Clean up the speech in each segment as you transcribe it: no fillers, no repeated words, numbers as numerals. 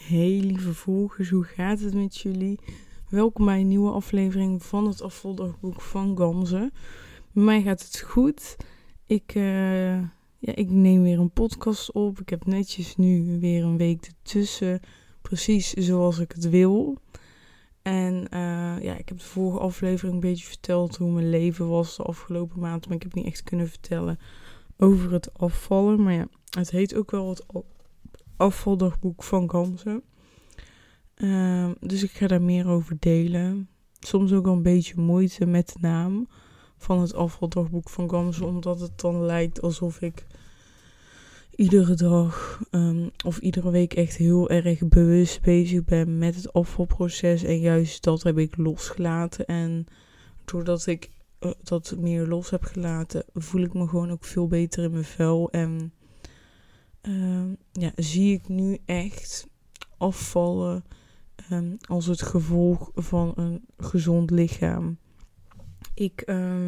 Hey lieve volgers, hoe gaat het met jullie? Welkom bij een nieuwe aflevering van het afvoldagboek van Gamze. Bij mij gaat het goed. Ik neem weer een podcast op. Ik heb netjes nu weer een week ertussen. Precies zoals ik het wil. En ik heb de vorige aflevering een beetje verteld hoe mijn leven was de afgelopen maand. Maar ik heb niet echt kunnen vertellen over het afvallen. Maar ja, het heet ook wel het afvaldagboek van Gamze. Dus ik ga daar meer over delen. Soms ook al een beetje moeite met de naam van het afvaldagboek van Gamze. Omdat het dan lijkt alsof ik iedere dag of iedere week echt heel erg bewust bezig ben met het afvalproces. En juist dat heb ik losgelaten. En doordat ik dat meer los heb gelaten, voel ik me gewoon ook veel beter in mijn vel. En zie ik nu echt afvallen als het gevolg van een gezond lichaam. Ik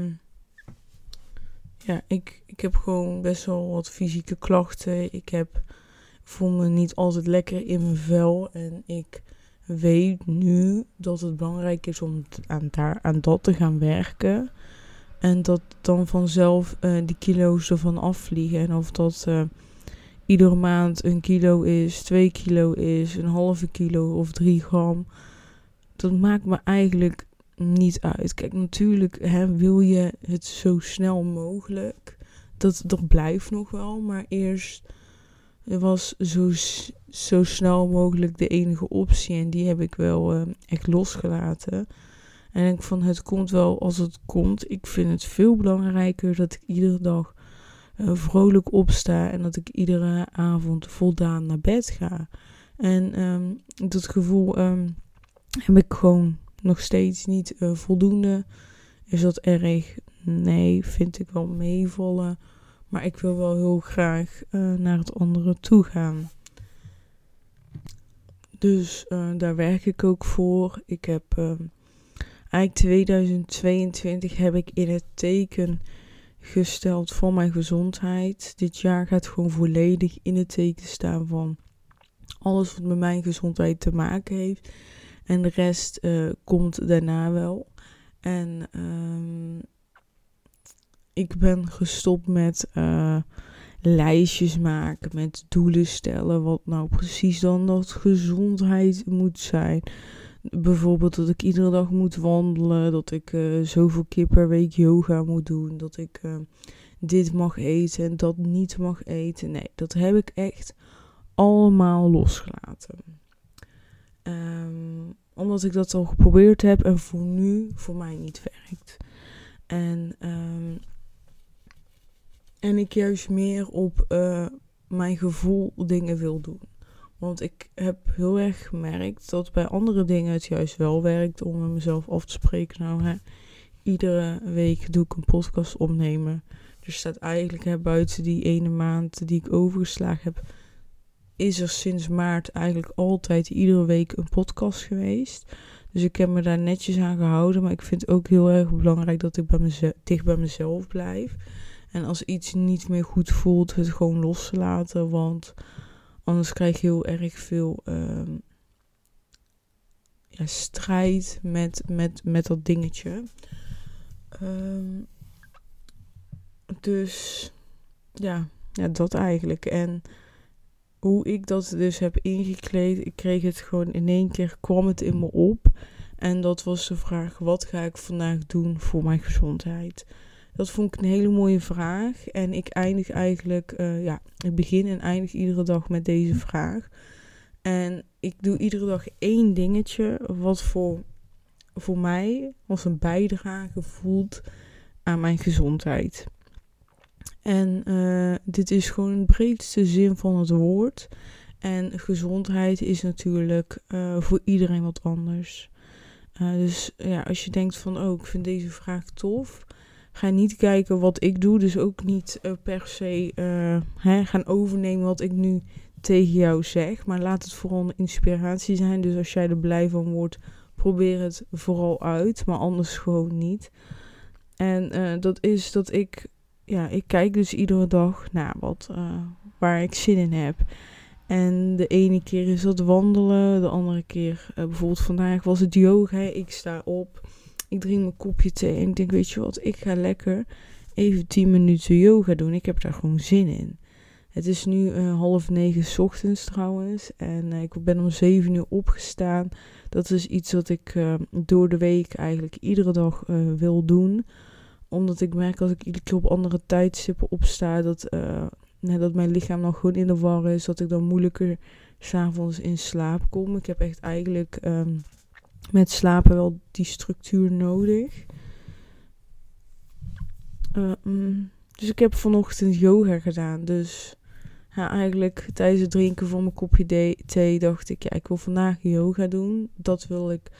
heb gewoon best wel wat fysieke klachten. Ik voel me niet altijd lekker in mijn vel. En ik weet nu dat het belangrijk is om aan dat te gaan werken. En dat dan vanzelf die kilo's ervan afvliegen. En of dat iedere maand 1 kilo is, 2 kilo is, een halve kilo of 3 gram. Dat maakt me eigenlijk niet uit. Kijk, natuurlijk wil je het zo snel mogelijk. Dat blijft nog wel. Maar eerst was zo snel mogelijk de enige optie. En die heb ik wel echt losgelaten. En ik denk van, het komt wel als het komt. Ik vind het veel belangrijker dat ik iedere dag vrolijk opsta en dat ik iedere avond voldaan naar bed ga. En dat gevoel heb ik gewoon nog steeds niet voldoende. Is dat erg? Nee, vind ik wel meevallen. Maar ik wil wel heel graag naar het andere toe gaan. Dus daar werk ik ook voor. Ik heb eigenlijk 2022 heb ik in het teken gesteld van mijn gezondheid. Dit jaar gaat gewoon volledig in het teken staan van alles wat met mijn gezondheid te maken heeft. En de rest komt daarna wel. En ik ben gestopt met lijstjes maken, met doelen stellen. Wat nou precies dan dat gezondheid moet zijn. Bijvoorbeeld dat ik iedere dag moet wandelen, dat ik zoveel keer per week yoga moet doen, dat ik dit mag eten en dat niet mag eten. Nee, dat heb ik echt allemaal losgelaten. Omdat ik dat al geprobeerd heb en voor mij niet werkt. En ik juist meer op mijn gevoel dingen wil doen. Want ik heb heel erg gemerkt dat bij andere dingen het juist wel werkt om met mezelf af te spreken. Nou, iedere week doe ik een podcast opnemen. Er staat eigenlijk buiten die ene maand die ik overgeslagen heb, is er sinds maart eigenlijk altijd iedere week een podcast geweest. Dus ik heb me daar netjes aan gehouden. Maar ik vind het ook heel erg belangrijk dat ik dicht bij mezelf blijf. En als iets niet meer goed voelt, het gewoon los te laten. Want anders krijg je heel erg veel strijd met dat dingetje. Dus dat eigenlijk. En hoe ik dat dus heb ingekleed, ik kreeg het gewoon in één keer, kwam het in me op. En dat was de vraag, wat ga ik vandaag doen voor mijn gezondheid? Dat vond ik een hele mooie vraag. En ik eindig eigenlijk, ik begin en eindig iedere dag met deze vraag. En ik doe iedere dag 1 dingetje wat voor mij als een bijdrage voelt aan mijn gezondheid. En dit is gewoon de breedste zin van het woord. En gezondheid is natuurlijk voor iedereen wat anders. Dus als je denkt van, ik vind deze vraag tof, ga niet kijken wat ik doe. Dus ook niet per se gaan overnemen wat ik nu tegen jou zeg. Maar laat het vooral een inspiratie zijn. Dus als jij er blij van wordt, probeer het vooral uit. Maar anders gewoon niet. En dat is dat ik kijk dus iedere dag naar waar ik zin in heb. En de ene keer is dat wandelen, de andere keer, bijvoorbeeld vandaag was het yoga. Ik sta op, ik drink mijn kopje thee en ik denk, weet je wat, ik ga lekker even 10 minuten yoga doen. Ik heb daar gewoon zin in. Het is nu 8:30 's ochtends trouwens en ik ben om 7 uur opgestaan. Dat is iets wat ik door de week eigenlijk iedere dag wil doen. Omdat ik merk als ik iedere keer op andere tijdstippen opsta, dat mijn lichaam nog gewoon in de war is. Dat ik dan moeilijker 's avonds in slaap kom. Ik heb echt eigenlijk met slapen wel die structuur nodig. Dus ik heb vanochtend yoga gedaan. Dus ja, eigenlijk tijdens het drinken van mijn kopje thee dacht ik, ja, ik wil vandaag yoga doen. Dat wil ik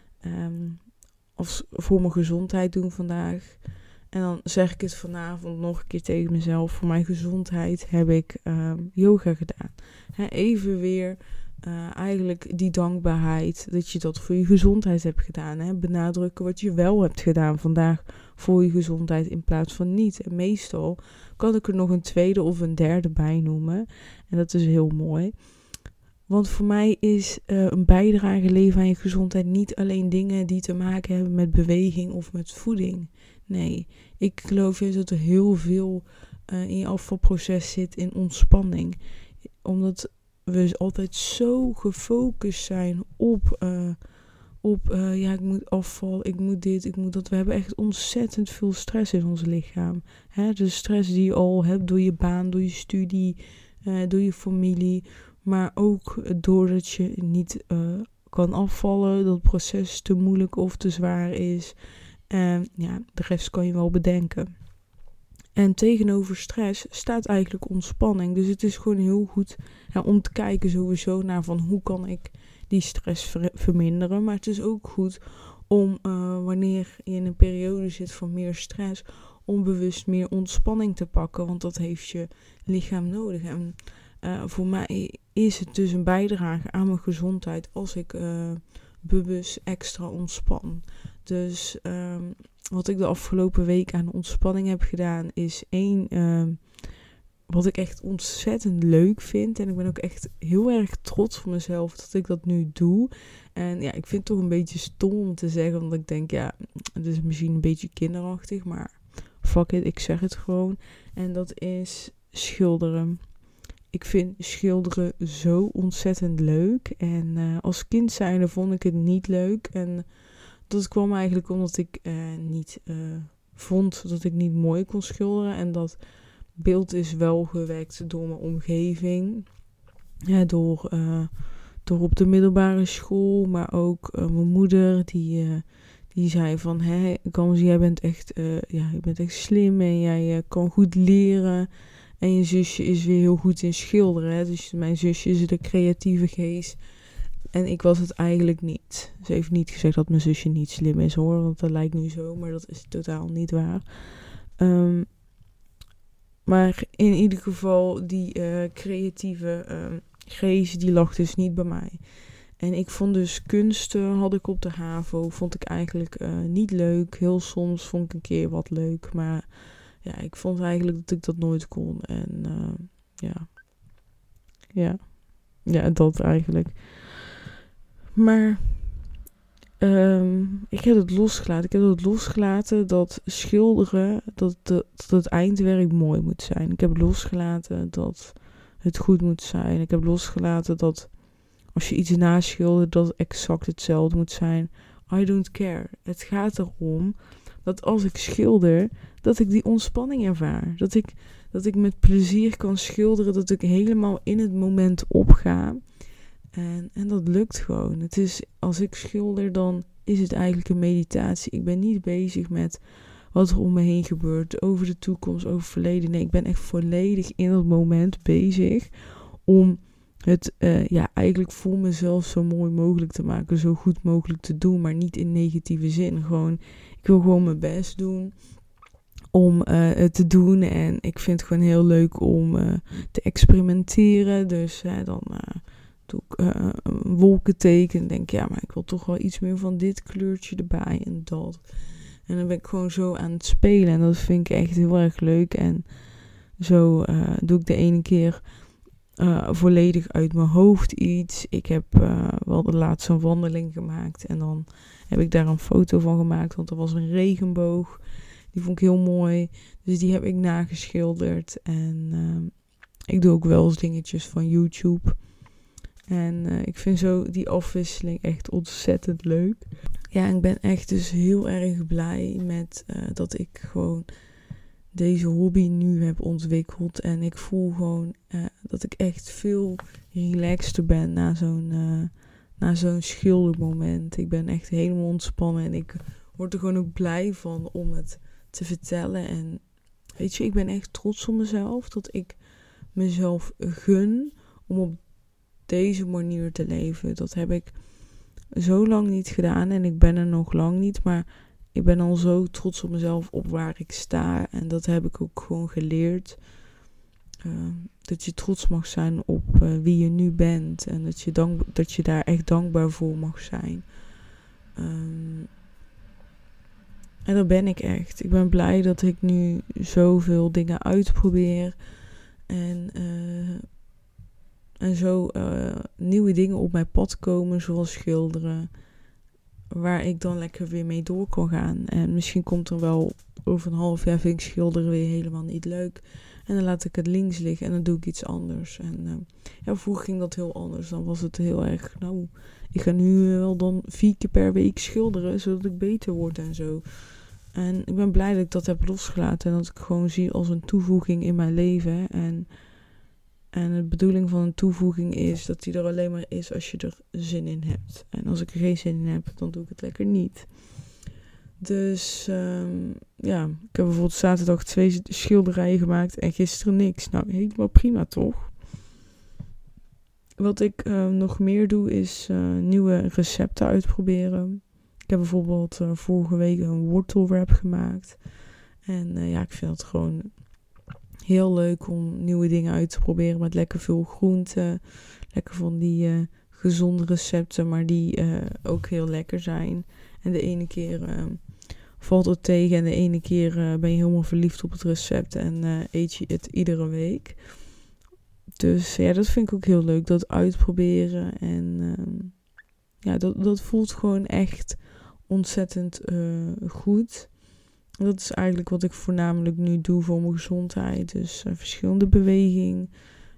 voor mijn gezondheid doen vandaag. En dan zeg ik het vanavond nog een keer tegen mezelf. Voor mijn gezondheid heb ik yoga gedaan. Even weer eigenlijk die dankbaarheid dat je dat voor je gezondheid hebt gedaan. Benadrukken wat je wel hebt gedaan vandaag voor je gezondheid in plaats van niet. En meestal kan ik er nog een tweede of een derde bij noemen. En dat is heel mooi. Want voor mij is een bijdrage leveren aan je gezondheid niet alleen dingen die te maken hebben met beweging of met voeding. Nee, ik geloof juist dat er heel veel in je afvalproces zit in ontspanning. Omdat we altijd zo gefocust zijn op ik moet afvallen, ik moet dit, ik moet dat. We hebben echt ontzettend veel stress in ons lichaam. De stress die je al hebt door je baan, door je studie, door je familie. Maar ook doordat je niet kan afvallen, dat het proces te moeilijk of te zwaar is. De rest kan je wel bedenken. En tegenover stress staat eigenlijk ontspanning. Dus het is gewoon heel goed om te kijken sowieso naar van hoe kan ik die stress verminderen. Maar het is ook goed om wanneer je in een periode zit van meer stress, onbewust meer ontspanning te pakken. Want dat heeft je lichaam nodig. En voor mij is het dus een bijdrage aan mijn gezondheid als ik bewust extra ontspan. Dus wat ik de afgelopen week aan ontspanning heb gedaan is wat ik echt ontzettend leuk vind. En ik ben ook echt heel erg trots op mezelf dat ik dat nu doe. En ja, ik vind het toch een beetje stom om te zeggen, omdat ik denk, ja, het is misschien een beetje kinderachtig, maar fuck it, ik zeg het gewoon. En dat is schilderen. Ik vind schilderen zo ontzettend leuk. En als kind zijnde vond ik het niet leuk. En dat kwam eigenlijk omdat ik niet vond dat ik niet mooi kon schilderen. En dat beeld is wel gewekt door mijn omgeving. Ja, door op de middelbare school. Maar ook mijn moeder die zei van, Kans, jij bent echt slim en jij kan goed leren. En je zusje is weer heel goed in schilderen. Hè? Dus mijn zusje is de creatieve geest. En ik was het eigenlijk niet. Ze heeft niet gezegd dat mijn zusje niet slim is hoor. Want dat lijkt nu zo. Maar dat is totaal niet waar. Maar in ieder geval die creatieve geest die lag dus niet bij mij. En ik vond dus kunsten had ik op de HAVO. Vond ik eigenlijk niet leuk. Heel soms vond ik een keer wat leuk. Maar ja, ik vond eigenlijk dat ik dat nooit kon. En ja, dat eigenlijk. Maar ik heb het losgelaten. Ik heb het losgelaten dat schilderen, dat het eindwerk mooi moet zijn. Ik heb losgelaten dat het goed moet zijn. Ik heb losgelaten dat als je iets naschildert, dat het exact hetzelfde moet zijn. I don't care. Het gaat erom dat als ik schilder, dat ik die ontspanning ervaar. Dat ik met plezier kan schilderen, dat ik helemaal in het moment opga. En dat lukt gewoon. Het is, als ik schilder, dan is het eigenlijk een meditatie. Ik ben niet bezig met wat er om me heen gebeurt, over de toekomst, over het verleden. Nee, ik ben echt volledig in dat moment bezig om het eigenlijk voor mezelf zo mooi mogelijk te maken, zo goed mogelijk te doen, maar niet in negatieve zin. Ik wil gewoon mijn best doen om het te doen en ik vind het gewoon heel leuk om te experimenteren. Dus dan doe ik een wolkenteken en denk maar ik wil toch wel iets meer van dit kleurtje erbij en dat. En dan ben ik gewoon zo aan het spelen en dat vind ik echt heel erg leuk. En zo doe ik de ene keer volledig uit mijn hoofd iets. Ik heb wel de laatste een wandeling gemaakt. En dan heb ik daar een foto van gemaakt. Want er was een regenboog. Die vond ik heel mooi. Dus die heb ik nageschilderd. En ik doe ook wel eens dingetjes van YouTube. En ik vind zo die afwisseling echt ontzettend leuk. Ja, ik ben echt dus heel erg blij met dat ik gewoon deze hobby nu heb ontwikkeld. En ik voel gewoon dat ik echt veel relaxter ben na zo'n schildermoment. Ik ben echt helemaal ontspannen en ik word er gewoon ook blij van om het te vertellen. En weet je, ik ben echt trots op mezelf dat ik mezelf gun om op deze manier te leven. Dat heb ik zo lang niet gedaan en ik ben er nog lang niet, maar ik ben al zo trots op mezelf, op waar ik sta. En dat heb ik ook gewoon geleerd. Dat je trots mag zijn op wie je nu bent. En dat je daar echt dankbaar voor mag zijn. En dat ben ik echt. Ik ben blij dat ik nu zoveel dingen uitprobeer. En zo nieuwe dingen op mijn pad komen, zoals schilderen. Waar ik dan lekker weer mee door kan gaan. En misschien komt er wel over een half jaar, vind ik schilderen weer helemaal niet leuk. En dan laat ik het links liggen en dan doe ik iets anders. En vroeger ging dat heel anders. Dan was het heel erg, ik ga nu wel dan 4 keer per week schilderen, zodat ik beter word en zo. En ik ben blij dat ik dat heb losgelaten. En dat ik gewoon zie als een toevoeging in mijn leven. En de bedoeling van een toevoeging is dat die er alleen maar is als je er zin in hebt. En als ik er geen zin in heb, dan doe ik het lekker niet. Dus ik heb bijvoorbeeld zaterdag 2 schilderijen gemaakt en gisteren niks. Nou, helemaal prima toch? Wat ik nog meer doe is nieuwe recepten uitproberen. Ik heb bijvoorbeeld vorige week een wortelwrap gemaakt. En ik vind het gewoon heel leuk om nieuwe dingen uit te proberen met lekker veel groenten. Lekker van die gezonde recepten, maar die ook heel lekker zijn. En de ene keer valt het tegen en de ene keer ben je helemaal verliefd op het recept en eet je het iedere week. Dus ja, dat vind ik ook heel leuk, dat uitproberen. En dat voelt gewoon echt ontzettend goed. Dat is eigenlijk wat ik voornamelijk nu doe voor mijn gezondheid. Dus verschillende beweging,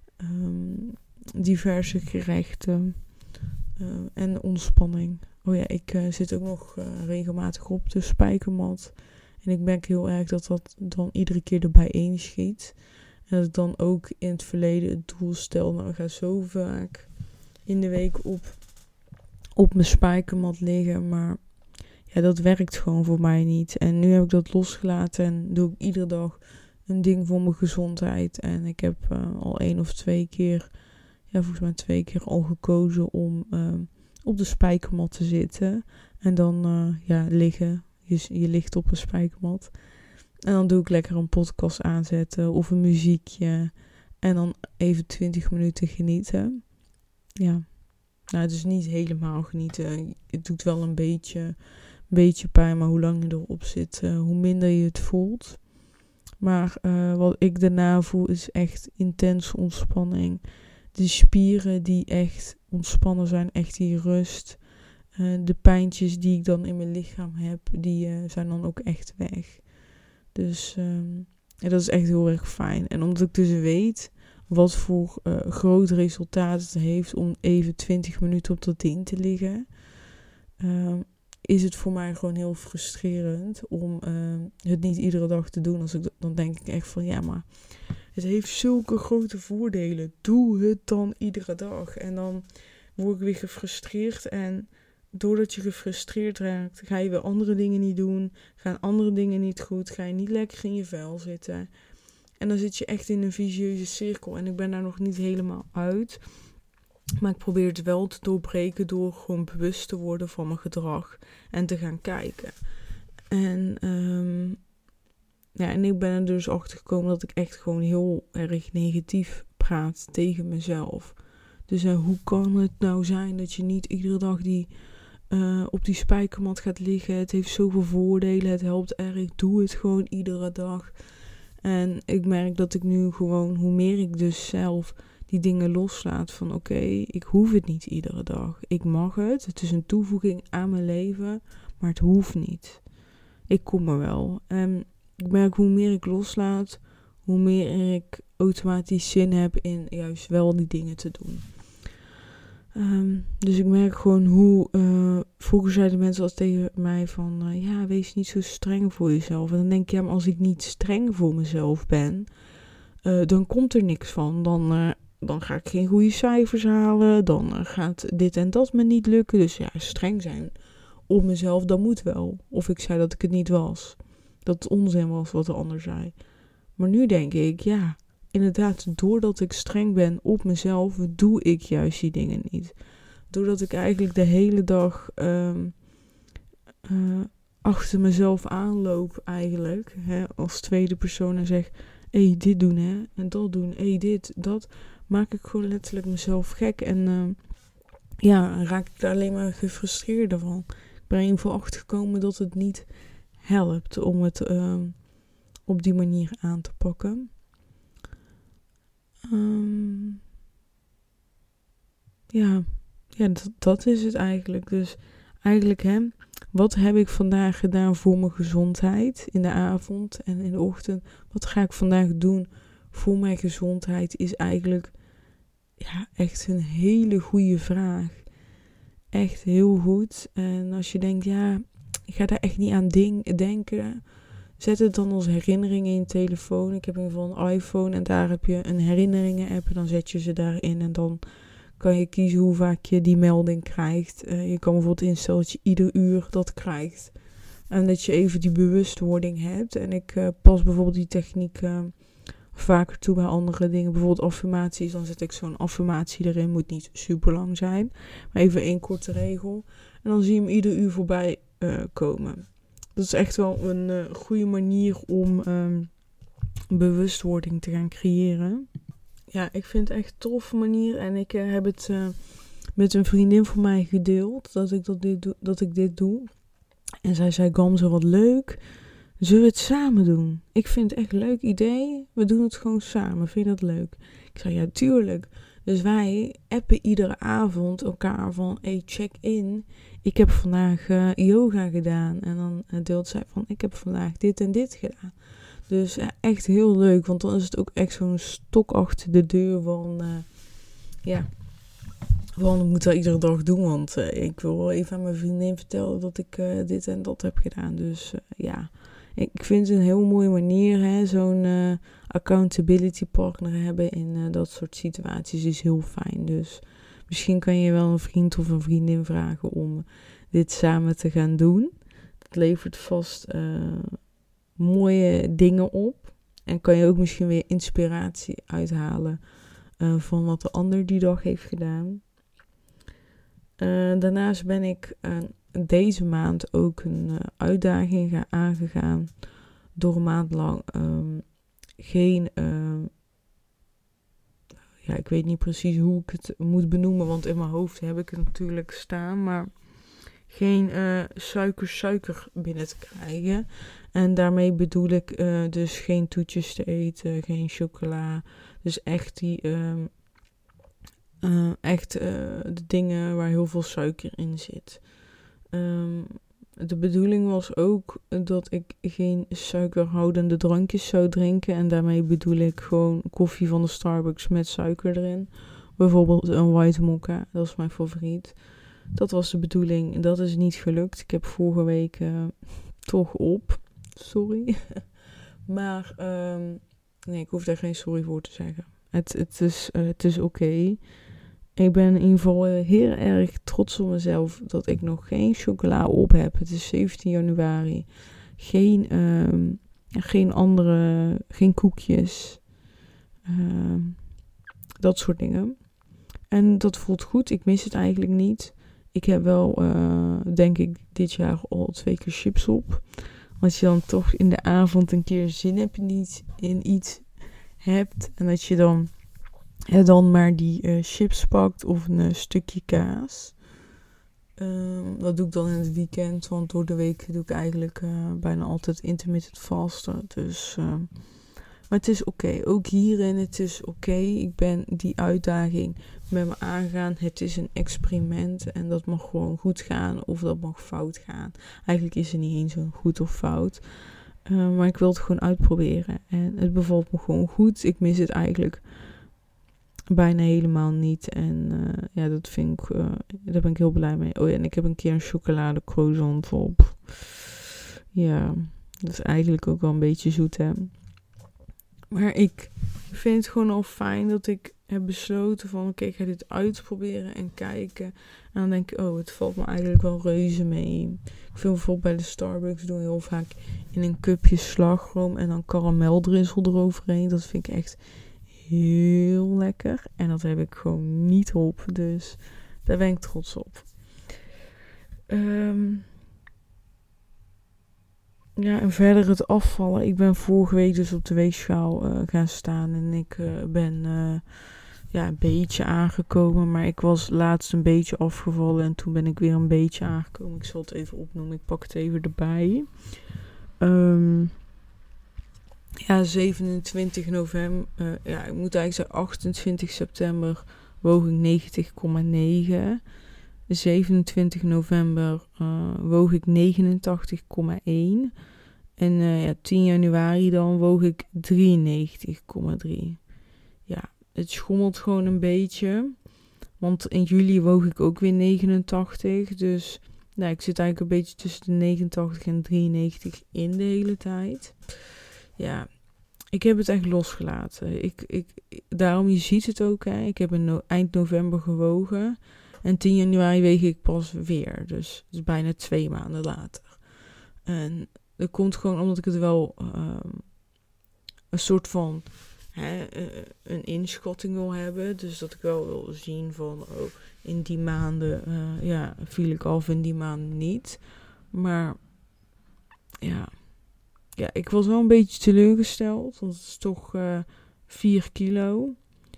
diverse gerechten en ontspanning. Oh ja, ik zit ook nog regelmatig op de spijkermat. En ik merk heel erg dat dan iedere keer erbij inschiet. En dat ik dan ook in het verleden het doel stel. Ik ga zo vaak in de week op mijn spijkermat liggen. Maar ja, dat werkt gewoon voor mij niet. En nu heb ik dat losgelaten en doe ik iedere dag een ding voor mijn gezondheid. En ik heb al 1 of 2 keer, volgens mij 2 keer al gekozen om op de spijkermat te zitten. En dan liggen. Je ligt op een spijkermat. En dan doe ik lekker een podcast aanzetten of een muziekje. En dan even 20 minuten genieten. Ja, het is niet helemaal genieten. Het doet wel een beetje pijn, maar hoe lang je erop zit, hoe minder je het voelt. Maar wat ik daarna voel is echt intense ontspanning. De spieren die echt ontspannen zijn, echt die rust. De pijntjes die ik dan in mijn lichaam heb, die zijn dan ook echt weg. Dus dat is echt heel erg fijn. En omdat ik dus weet wat voor groot resultaat het heeft om even 20 minuten op dat ding te liggen, is het voor mij gewoon heel frustrerend om het niet iedere dag te doen. Dan denk ik echt van, maar het heeft zulke grote voordelen. Doe het dan iedere dag. En dan word ik weer gefrustreerd. En doordat je gefrustreerd raakt, ga je weer andere dingen niet doen. Gaan andere dingen niet goed. Ga je niet lekker in je vel zitten. En dan zit je echt in een vicieuze cirkel. En ik ben daar nog niet helemaal uit. Maar ik probeer het wel te doorbreken door gewoon bewust te worden van mijn gedrag. En te gaan kijken. En ik ben er dus achter gekomen dat ik echt gewoon heel erg negatief praat tegen mezelf. Dus hoe kan het nou zijn dat je niet iedere dag op die spijkermat gaat liggen? Het heeft zoveel voordelen, het helpt erg. Doe het gewoon iedere dag. En ik merk dat ik nu gewoon, hoe meer ik dus zelf die dingen loslaat van oké, ik hoef het niet iedere dag. Ik mag het. Het is een toevoeging aan mijn leven, maar het hoeft niet. Ik kom er wel. En ik merk hoe meer ik loslaat, hoe meer ik automatisch zin heb in juist wel die dingen te doen. Dus ik merk gewoon hoe... vroeger zeiden mensen als tegen mij van... wees niet zo streng voor jezelf. En dan denk ik, ja, maar als ik niet streng voor mezelf ben... dan komt er niks van. Dan ga ik geen goede cijfers halen. Dan gaat dit en dat me niet lukken. Dus ja, streng zijn op mezelf, dat moet wel. Of ik zei dat ik het niet was. Dat het onzin was wat de ander zei. Maar nu denk ik, ja... Inderdaad, doordat ik streng ben op mezelf, doe ik juist die dingen niet. Doordat ik eigenlijk de hele dag achter mezelf aanloop eigenlijk. Als tweede persoon en zeg, dit doen en dat doen. Dit, dat. Maak ik gewoon letterlijk mezelf gek. En raak ik daar alleen maar gefrustreerd van. Ik ben er in ieder geval achtergekomen dat het niet helpt om het op die manier aan te pakken. Dat is het eigenlijk. Dus eigenlijk, wat heb ik vandaag gedaan voor mijn gezondheid in de avond en in de ochtend? Wat ga ik vandaag doen voor mijn gezondheid is eigenlijk echt een hele goede vraag. Echt heel goed. En als je denkt, ik ga daar echt niet aan denken... Zet het dan als herinnering in je telefoon. Ik heb in ieder geval een iPhone en daar heb je een herinneringen-app. En dan zet je ze daarin en dan kan je kiezen hoe vaak je die melding krijgt. Je kan bijvoorbeeld instellen dat je ieder uur dat krijgt. En dat je even die bewustwording hebt. En ik pas bijvoorbeeld die techniek vaker toe bij andere dingen. Bijvoorbeeld affirmaties. Dan zet ik zo'n affirmatie erin. Moet niet super lang zijn. Maar even 1 korte regel. En dan zie je hem ieder uur voorbij komen. Dat is echt wel een goede manier om bewustwording te gaan creëren. Ja, ik vind het echt een toffe manier. En ik heb het met een vriendin van mij gedeeld. Dat ik dit doe. En zij zei, Gamze, wat leuk. Zullen we het samen doen? Ik vind het echt een leuk idee. We doen het gewoon samen. Vind je dat leuk? Ik zei, ja, tuurlijk. Dus wij appen iedere avond elkaar van, check in. Ik heb vandaag yoga gedaan. En dan deelt zij van, ik heb vandaag dit en dit gedaan. Dus echt heel leuk. Want dan is het ook echt zo'n stok achter de deur van... Want ik moet dat iedere dag doen. Want ik wil wel even aan mijn vriendin vertellen dat ik dit en dat heb gedaan. Dus ik vind het een heel mooie manier. Zo'n accountability partner hebben in dat soort situaties is heel fijn. Dus misschien kan je wel een vriend of een vriendin vragen om dit samen te gaan doen. Dat levert vast mooie dingen op. En kan je ook misschien weer inspiratie uithalen van wat de ander die dag heeft gedaan. Daarnaast ben ik deze maand ook een uitdaging aangegaan. Door een maand lang ik weet niet precies hoe ik het moet benoemen. Want in mijn hoofd heb ik het natuurlijk staan. Maar geen suiker binnen te krijgen. En daarmee bedoel ik dus geen toetjes te eten. Geen chocola. Dus echt die... de dingen waar heel veel suiker in zit. De bedoeling was ook dat ik geen suikerhoudende drankjes zou drinken. En daarmee bedoel ik gewoon koffie van de Starbucks met suiker erin. Bijvoorbeeld een white mocha, dat is mijn favoriet. Dat was de bedoeling. Dat is niet gelukt. Ik heb vorige week toch op. Sorry. Maar ik hoef daar geen sorry voor te zeggen. Het is oké. Ik ben in ieder geval heel erg trots op mezelf dat ik nog geen chocola op heb. Het is 17 januari. Geen koekjes. Dat soort dingen. En dat voelt goed. Ik mis het eigenlijk niet. Ik heb wel, denk ik, dit jaar al 2 keer chips op. Als je dan toch in de avond een keer zin hebt in iets hebt. En dat je dan maar die chips pakt of een stukje kaas. Dat doe ik dan in het weekend. Want door de week doe ik eigenlijk bijna altijd intermittent vasten. Dus Maar het is oké. Ook hierin, het is oké. Ik ben die uitdaging met me aangaan. Het is een experiment en dat mag gewoon goed gaan of dat mag fout gaan. Eigenlijk is er niet eens zo'n goed of fout. Maar ik wil het gewoon uitproberen. En het bevalt me gewoon goed. Ik mis het eigenlijk bijna helemaal niet. En dat vind ik, daar ben ik heel blij mee. Oh ja, en ik heb een keer een chocolade croissant op. Ja, dat is eigenlijk ook wel een beetje zoet, hè. Maar ik vind het gewoon al fijn dat ik heb besloten van oké, ik ga dit uitproberen en kijken. En dan denk ik, het valt me eigenlijk wel reuze mee. Ik vind bijvoorbeeld bij de Starbucks doen heel vaak in een cupje slagroom en dan karameldrizzle eroverheen. Dat vind ik echt heel lekker. En dat heb ik gewoon niet op. Dus daar ben ik trots op. Ja, en verder het afvallen. Ik ben vorige week dus op de weegschaal gaan staan. En ik ben een beetje aangekomen. Maar ik was laatst een beetje afgevallen. En toen ben ik weer een beetje aangekomen. Ik zal het even opnoemen. Ik pak het even erbij. 27 november. Ik moet eigenlijk zeggen 28 september woog ik 90,9. 27 november woog ik 89,1. En 10 januari dan woog ik 93,3. Ja, het schommelt gewoon een beetje. Want in juli woog ik ook weer 89. Dus ik zit eigenlijk een beetje tussen de 89 en 93 in de hele tijd. Ja, ik heb het echt losgelaten. Daarom, je ziet het ook, hè. Ik heb eind november gewogen. En 10 januari weeg ik pas weer. Dus het is bijna 2 maanden later. En dat komt gewoon omdat ik het wel een soort van een inschatting wil hebben. Dus dat ik wel wil zien van in die maanden viel ik af, in die maanden niet. Maar ja, ik was wel een beetje teleurgesteld. Want het is toch 4 kilo.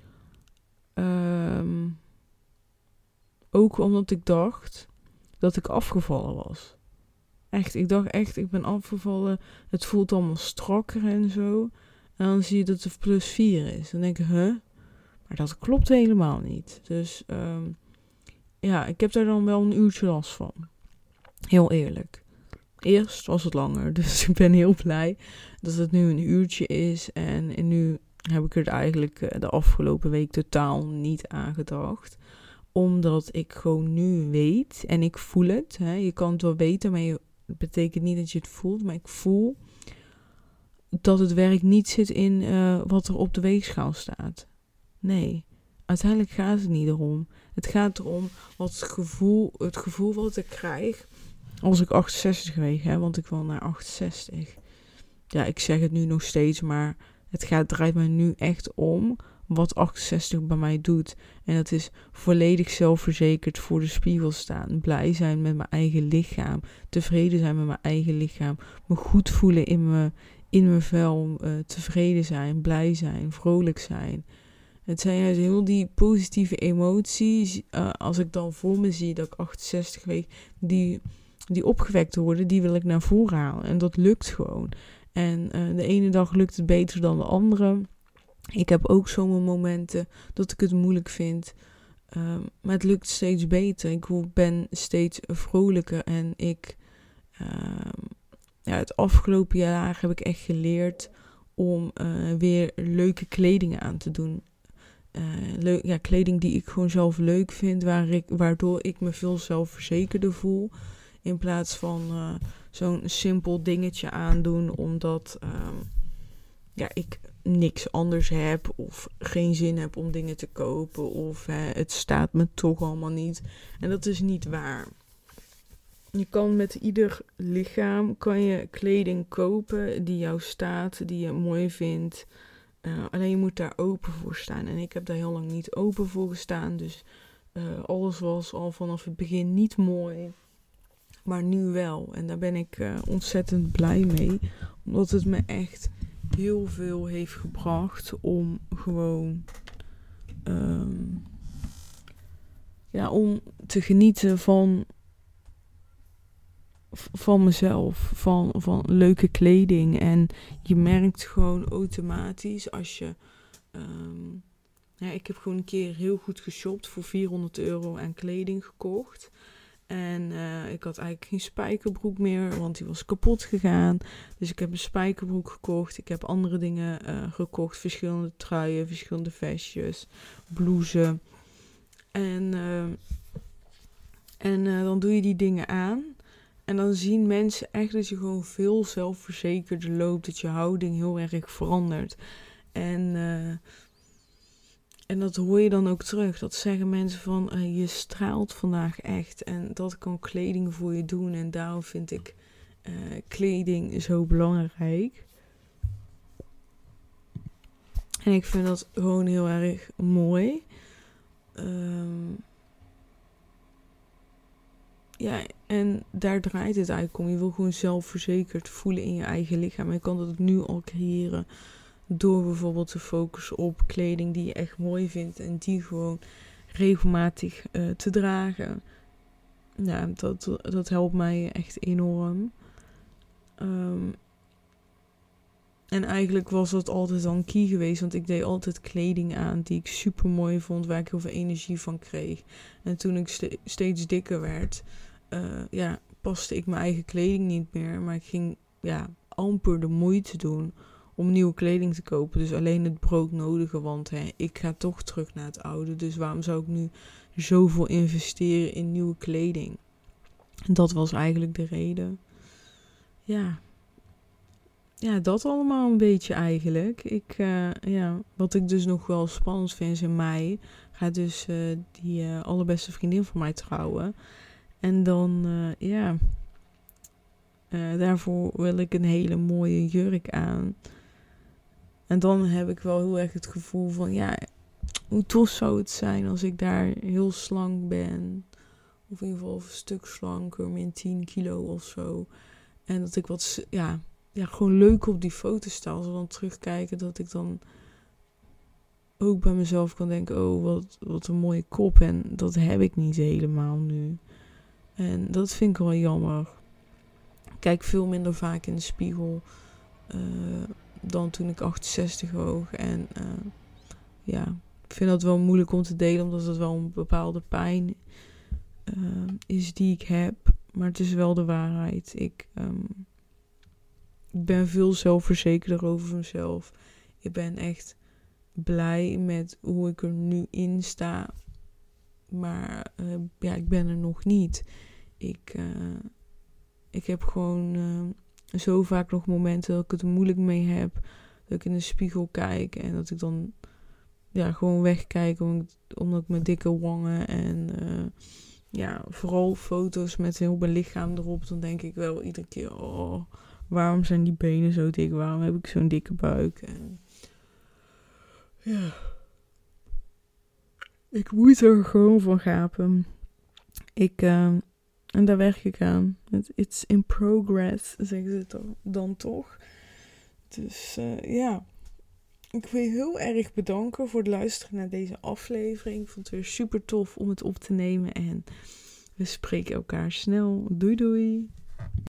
Ook omdat ik dacht dat ik afgevallen was. Echt, ik dacht echt, ik ben afgevallen. Het voelt allemaal strakker en zo. En dan zie je dat het +4 is. Dan denk ik, maar dat klopt helemaal niet. Dus ik heb daar dan wel een uurtje last van. Heel eerlijk. Eerst was het langer, dus ik ben heel blij dat het nu een uurtje is. En nu heb ik er eigenlijk de afgelopen week totaal niet aan gedacht. Omdat ik gewoon nu weet en ik voel het. Hè. Je kan het wel weten, maar het betekent niet dat je het voelt. Maar ik voel dat het werk niet zit in wat er op de weegschaal staat. Nee, uiteindelijk gaat het niet erom. Het gaat erom wat het gevoel wat ik krijg als ik 68 weeg. Hè, want ik wil naar 68. Ja, ik zeg het nu nog steeds, maar het draait mij nu echt om wat 68 bij mij doet. En dat is volledig zelfverzekerd voor de spiegel staan. Blij zijn met mijn eigen lichaam. Tevreden zijn met mijn eigen lichaam. Me goed voelen in mijn vel. Tevreden zijn, blij zijn, vrolijk zijn. Het zijn juist heel die positieve emoties. Als ik dan voor me zie dat ik 68 weeg, die opgewekt worden, die wil ik naar voren halen. En dat lukt gewoon. En de ene dag lukt het beter dan de andere. Ik heb ook zo'n momenten dat ik het moeilijk vind. Maar het lukt steeds beter. Ik ben steeds vrolijker. En het afgelopen jaar heb ik echt geleerd om weer leuke kleding aan te doen. Kleding die ik gewoon zelf leuk vind. Waardoor ik me veel zelfverzekerder voel. In plaats van zo'n simpel dingetje aandoen. Omdat ik niks anders heb. Of geen zin heb om dingen te kopen. Of het staat me toch allemaal niet. En dat is niet waar. Je kan met ieder lichaam kleding kopen die jou staat. Die je mooi vindt. Alleen je moet daar open voor staan. En ik heb daar heel lang niet open voor gestaan. Dus alles was al vanaf het begin niet mooi. Maar nu wel. En daar ben ik ontzettend blij mee. Omdat het me echt heel veel heeft gebracht om gewoon om te genieten van van mezelf, van leuke kleding. En je merkt gewoon automatisch als je... ik heb gewoon een keer heel goed geshopt voor €400 aan kleding gekocht. En ik had eigenlijk geen spijkerbroek meer, want die was kapot gegaan. Dus ik heb een spijkerbroek gekocht. Ik heb andere dingen gekocht. Verschillende truien, verschillende vestjes, blouses. En dan doe je die dingen aan. En dan zien mensen echt dat je gewoon veel zelfverzekerder loopt. Dat je houding heel erg verandert. En dat hoor je dan ook terug. Dat zeggen mensen van, je straalt vandaag echt. En dat kan kleding voor je doen. En daarom vind ik kleding zo belangrijk. En ik vind dat gewoon heel erg mooi. En daar draait het eigenlijk om. Je wil gewoon zelfverzekerd voelen in je eigen lichaam. Je kan dat nu al creëren door bijvoorbeeld te focussen op kleding die je echt mooi vindt en die gewoon regelmatig te dragen. Ja, dat helpt mij echt enorm. En eigenlijk was dat altijd dan key geweest, want ik deed altijd kleding aan die ik super mooi vond, waar ik heel veel energie van kreeg. En toen ik steeds dikker werd, paste ik mijn eigen kleding niet meer, maar ik ging amper de moeite doen om nieuwe kleding te kopen. Dus alleen het broodnodige, want ik ga toch terug naar het oude. Dus waarom zou ik nu zoveel investeren in nieuwe kleding? En dat was eigenlijk de reden. Ja, dat allemaal een beetje eigenlijk. Wat ik dus nog wel spannend vind is in mei gaat dus die allerbeste vriendin van mij trouwen. En dan, daarvoor wil ik een hele mooie jurk aan. En dan heb ik wel heel erg het gevoel van, hoe tof zou het zijn als ik daar heel slank ben. Of in ieder geval een stuk slanker, min 10 kilo of zo. En dat ik gewoon leuk op die foto sta. Als we dan terugkijken, dat ik dan ook bij mezelf kan denken, oh, wat een mooie kop. En dat heb ik niet helemaal nu. En dat vind ik wel jammer. Ik kijk veel minder vaak in de spiegel dan toen ik 68 woog. En ik vind dat wel moeilijk om te delen, omdat het wel een bepaalde pijn is die ik heb. Maar het is wel de waarheid. Ik ben veel zelfverzekerder over mezelf. Ik ben echt blij met hoe ik er nu in sta. Maar ik ben er nog niet. Ik heb gewoon zo vaak nog momenten dat ik het er moeilijk mee heb. Dat ik in de spiegel kijk en dat ik dan gewoon wegkijk omdat ik mijn dikke wangen en vooral foto's met heel mijn lichaam erop. Dan denk ik wel iedere keer, waarom zijn die benen zo dik? Waarom heb ik zo'n dikke buik? En ik moet er gewoon van gapen. En daar werk ik aan. It's in progress, zeggen ze dan toch. Dus ik wil je heel erg bedanken voor het luisteren naar deze aflevering. Ik vond het weer super tof om het op te nemen. En we spreken elkaar snel. Doei doei!